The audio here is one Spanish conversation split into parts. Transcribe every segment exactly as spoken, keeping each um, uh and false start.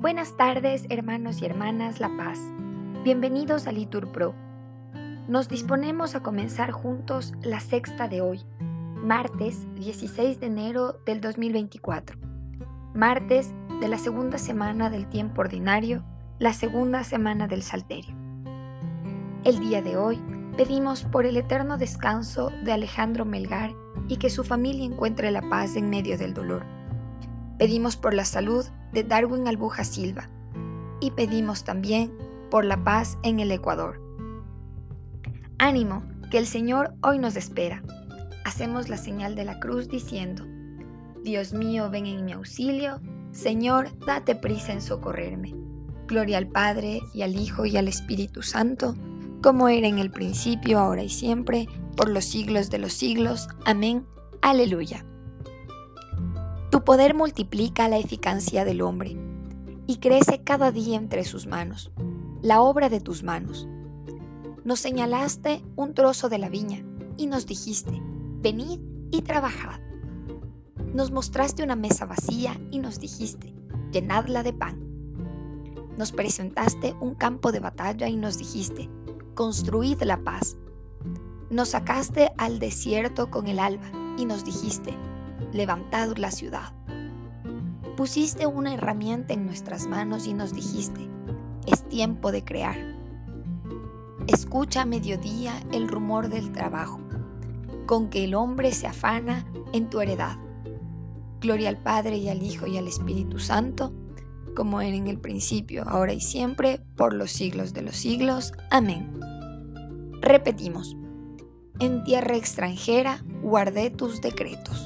Buenas tardes, hermanos y hermanas La Paz. Bienvenidos a Litur Pro. Nos disponemos a comenzar juntos la sexta de hoy, martes dieciséis de enero del dos mil veinticuatro. Martes de la segunda semana del tiempo ordinario, la segunda semana del Salterio. El día de hoy pedimos por el eterno descanso de Alejandro Melgar y que su familia encuentre la paz en medio del dolor. Pedimos por la salud de Darwin Albuja Silva y pedimos también por la paz en el Ecuador. Ánimo, que el Señor hoy nos espera. Hacemos la señal de la cruz diciendo: Dios mío, ven en mi auxilio, Señor, date prisa en socorrerme. Gloria al Padre, y al Hijo, y al Espíritu Santo, como era en el principio, ahora y siempre, por los siglos de los siglos. Amén. Aleluya. Tu poder multiplica la eficacia del hombre, y crece cada día entre sus manos, la obra de tus manos. Nos señalaste un trozo de la viña, y nos dijiste: venid y trabajad. Nos mostraste una mesa vacía, y nos dijiste: llenadla de pan. Nos presentaste un campo de batalla, y nos dijiste: construid la paz. Nos sacaste al desierto con el alba, y nos dijiste: levantad la ciudad. Pusiste una herramienta en nuestras manos y nos dijiste: es tiempo de crear. Escucha a mediodía el rumor del trabajo, con que el hombre se afana en tu heredad. Gloria al Padre, y al Hijo, y al Espíritu Santo, como era en el principio, ahora y siempre, por los siglos de los siglos. Amén. Repetimos: en tierra extranjera guardé tus decretos.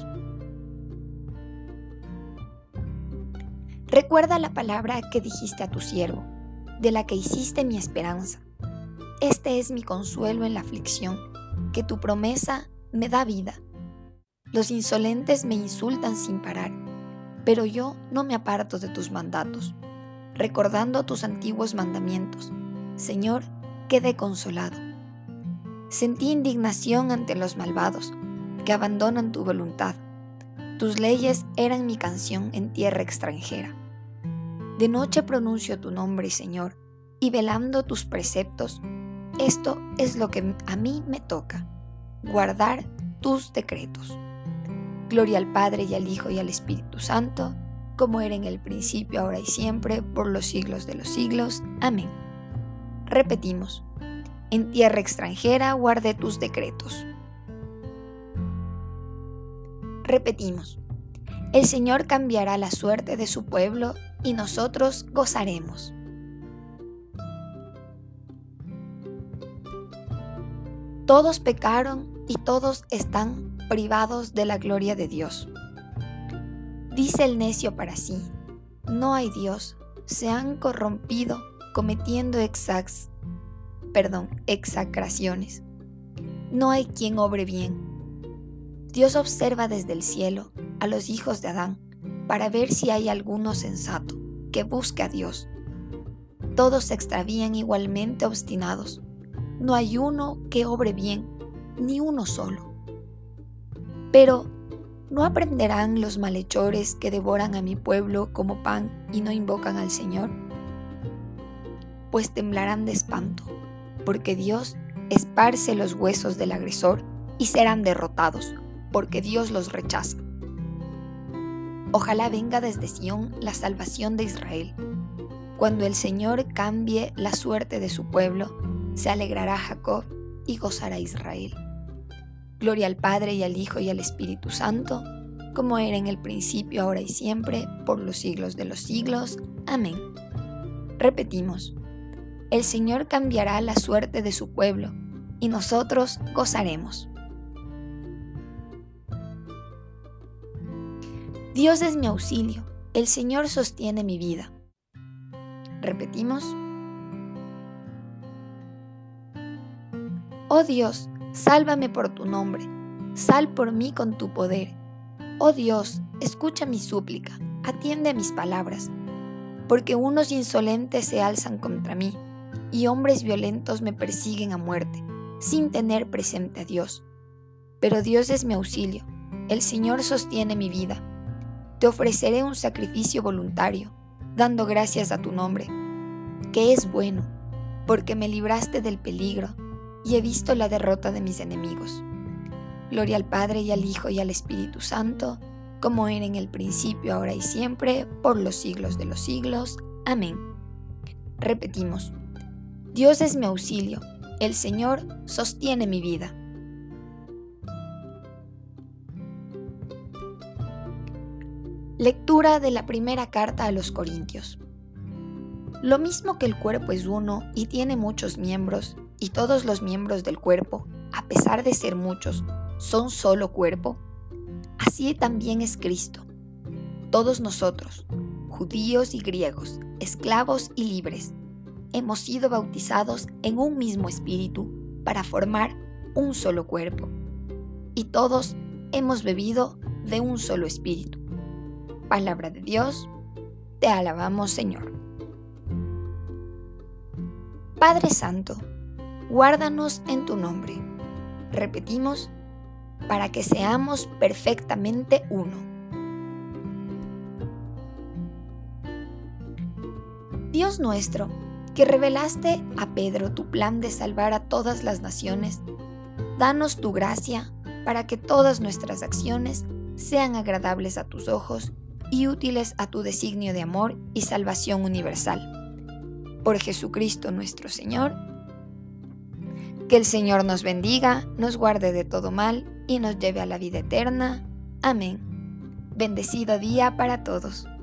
Recuerda la palabra que dijiste a tu siervo, de la que hiciste mi esperanza. Este es mi consuelo en la aflicción, que tu promesa me da vida. Los insolentes me insultan sin parar, pero yo no me aparto de tus mandatos. Recordando tus antiguos mandamientos, Señor, quedé consolado. Sentí indignación ante los malvados, que abandonan tu voluntad. Tus leyes eran mi canción en tierra extranjera. De noche pronuncio tu nombre, Señor, y velando tus preceptos, esto es lo que a mí me toca, guardar tus decretos. Gloria al Padre, y al Hijo, y al Espíritu Santo, como era en el principio, ahora y siempre, por los siglos de los siglos. Amén. Repetimos: en tierra extranjera guardé tus decretos. Repetimos: el Señor cambiará la suerte de su pueblo y nosotros gozaremos. Todos pecaron y todos están privados de la gloria de Dios. Dice el necio para sí: no hay Dios, se han corrompido cometiendo exax, perdón, execraciones. No hay quien obre bien. Dios observa desde el cielo a los hijos de Adán para ver si hay alguno sensato que busque a Dios. Todos se extravían igualmente obstinados. No hay uno que obre bien, ni uno solo. Pero, ¿no aprenderán los malhechores que devoran a mi pueblo como pan y no invocan al Señor? Pues temblarán de espanto, porque Dios esparce los huesos del agresor y serán derrotados, porque Dios los rechaza. Ojalá venga desde Sión la salvación de Israel. Cuando el Señor cambie la suerte de su pueblo, se alegrará Jacob y gozará Israel. Gloria al Padre, y al Hijo, y al Espíritu Santo, como era en el principio, ahora y siempre, por los siglos de los siglos. Amén. Repetimos: el Señor cambiará la suerte de su pueblo y nosotros gozaremos. Dios es mi auxilio, el Señor sostiene mi vida. Repetimos: oh Dios, sálvame por tu nombre, sal por mí con tu poder. Oh Dios, escucha mi súplica, atiende a mis palabras, porque unos insolentes se alzan contra mí, y hombres violentos me persiguen a muerte, sin tener presente a Dios. Pero Dios es mi auxilio, el Señor sostiene mi vida. Te ofreceré un sacrificio voluntario, dando gracias a tu nombre, que es bueno, porque me libraste del peligro y he visto la derrota de mis enemigos. Gloria al Padre y al Hijo y al Espíritu Santo, como era en el principio, ahora y siempre, por los siglos de los siglos. Amén. Repetimos: Dios es mi auxilio, el Señor sostiene mi vida. Lectura de la primera carta a los Corintios. Lo mismo que el cuerpo es uno y tiene muchos miembros, y todos los miembros del cuerpo, a pesar de ser muchos, son solo cuerpo, así también es Cristo. Todos nosotros, judíos y griegos, esclavos y libres, hemos sido bautizados en un mismo espíritu para formar un solo cuerpo, y todos hemos bebido de un solo espíritu. Palabra de Dios, te alabamos, Señor. Padre Santo, guárdanos en tu nombre. Repetimos, para que seamos perfectamente uno. Dios nuestro, que revelaste a Pedro tu plan de salvar a todas las naciones, danos tu gracia para que todas nuestras acciones sean agradables a tus ojos y útiles a tu designio de amor y salvación universal. Por Jesucristo nuestro Señor. Que el Señor nos bendiga, nos guarde de todo mal y nos lleve a la vida eterna. Amén. Bendecido día para todos.